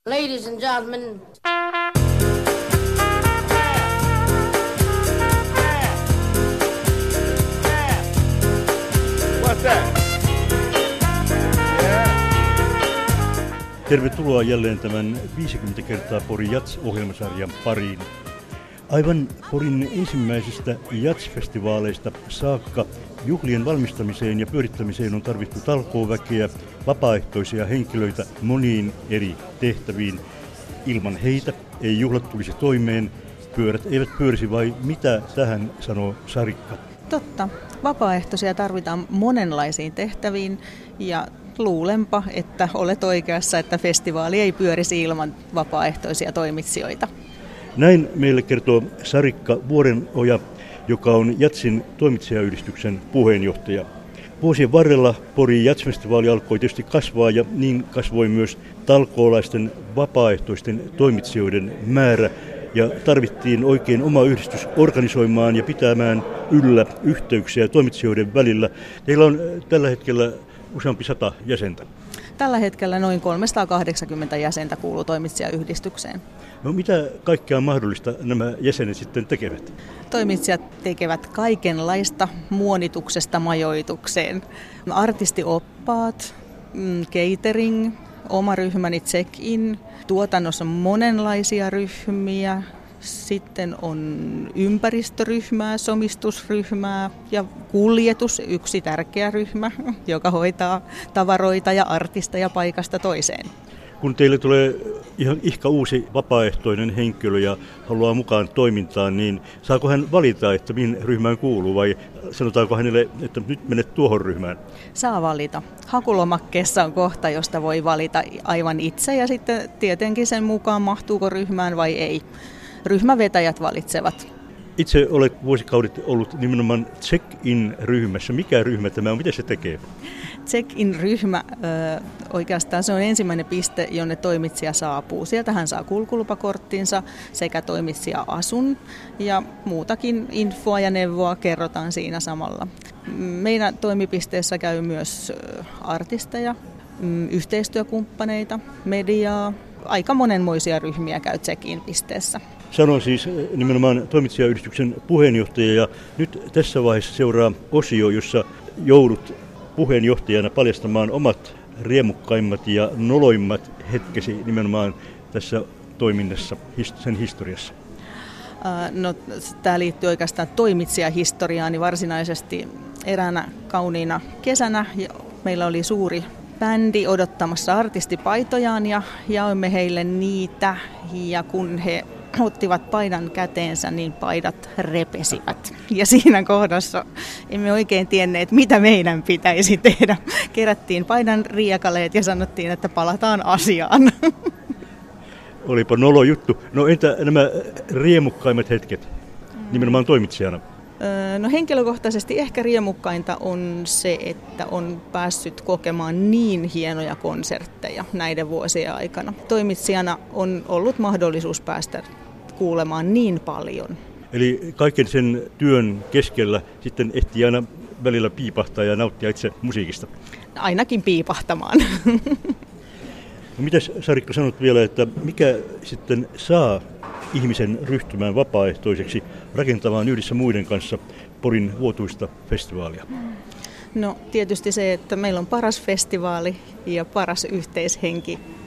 Ladies and gentlemen. What's that? Yeah. Tervetuloa jälleen tämän 50 kertaa Pori Jats-ohjelmasarjan pariin. Aivan Porin ensimmäisistä Jats-festivaaleista saakka juhlien valmistamiseen ja pyörittämiseen on tarvittu talkooväkeä, vapaaehtoisia henkilöitä moniin eri tehtäviin. Ilman heitä ei juhlat tulisi toimeen, pyörät eivät pyörisi, vai mitä tähän sanoo Sarikka? Totta. Vapaaehtoisia tarvitaan monenlaisiin tehtäviin ja luulenpa, että olet oikeassa, että festivaali ei pyörisi ilman vapaaehtoisia toimitsijoita. Näin meille kertoo Sarikka Vuorenoja, joka on Jatsin toimitsijayhdistyksen puheenjohtaja. Vuosien varrella Porin Jats-festivaali alkoi tietysti kasvaa ja niin kasvoi myös talkoolaisten vapaaehtoisten toimitsijoiden määrä. Ja tarvittiin oikein oma yhdistys organisoimaan ja pitämään yllä yhteyksiä toimitsijoiden välillä. Teillä on tällä hetkellä useampi 100 jäsentä. Tällä hetkellä noin 380 jäsentä kuuluu toimitsijayhdistykseen. No mitä kaikkea mahdollista nämä jäsenet sitten tekevät? Toimitsijat tekevät kaikenlaista muonituksesta majoitukseen. Artistioppaat, catering, oma ryhmäni check-in, tuotannossa on monenlaisia ryhmiä. Sitten on ympäristöryhmää, somistusryhmää ja kuljetus, yksi tärkeä ryhmä, joka hoitaa tavaroita ja artisteja paikasta toiseen. Kun teille tulee ihan ihka uusi vapaaehtoinen henkilö ja haluaa mukaan toimintaan, niin saako hän valita, että mihin ryhmään kuuluu, vai sanotaanko hänelle, että nyt menet tuohon ryhmään? Saa valita. Hakulomakkeessa on kohta, josta voi valita aivan itse ja sitten tietenkin sen mukaan mahtuuko ryhmään vai ei. Ryhmävetäjät valitsevat. Itse olet vuosikaudet ollut nimenomaan check-in-ryhmässä. Mikä ryhmä tämä on? Miten se tekee? Check-in-ryhmä, oikeastaan se on ensimmäinen piste, jonne toimitsija saapuu. Sieltä hän saa kulkulupakorttinsa sekä toimitsija-asun ja muutakin infoa ja neuvoa kerrotaan siinä samalla. Meidän toimipisteessä käy myös artisteja, yhteistyökumppaneita, mediaa. Aika monenmoisia ryhmiä käy check-in-pisteessä. Sanon siis nimenomaan toimitsijayhdistyksen puheenjohtaja, ja nyt tässä vaiheessa seuraa osio, jossa joudut puheenjohtajana paljastamaan omat riemukkaimmat ja noloimmat hetkesi nimenomaan tässä toiminnassa, sen historiassa. No, tämä liittyy oikeastaan toimitsijahistoriaan, niin varsinaisesti eräänä kauniina kesänä meillä oli suuri bändi odottamassa artistipaitojaan ja jaoimme heille niitä, ja kun he ottivat paidan käteensä, niin paidat repesivät. Ja siinä kohdassa emme oikein tienneet, mitä meidän pitäisi tehdä. Kerättiin paidan riekaleet ja sanottiin, että palataan asiaan. Olipa nolo juttu. No entä nämä riemukkaimmat hetket, nimenomaan toimitsijana? No henkilökohtaisesti ehkä riemukkainta on se, että on päässyt kokemaan niin hienoja konsertteja näiden vuosien aikana. Toimitsijana on ollut mahdollisuus päästä kuulemaan niin paljon. Eli kaiken sen työn keskellä sitten ehtii aina välillä piipahtaa ja nauttia itse musiikista? Ainakin piipahtamaan. No mitäs Sarikka sanot vielä, että mikä sitten saa ihmisen ryhtymään vapaaehtoiseksi rakentamaan yhdessä muiden kanssa Porin vuotuista festivaalia? No tietysti se, että meillä on paras festivaali ja paras yhteishenki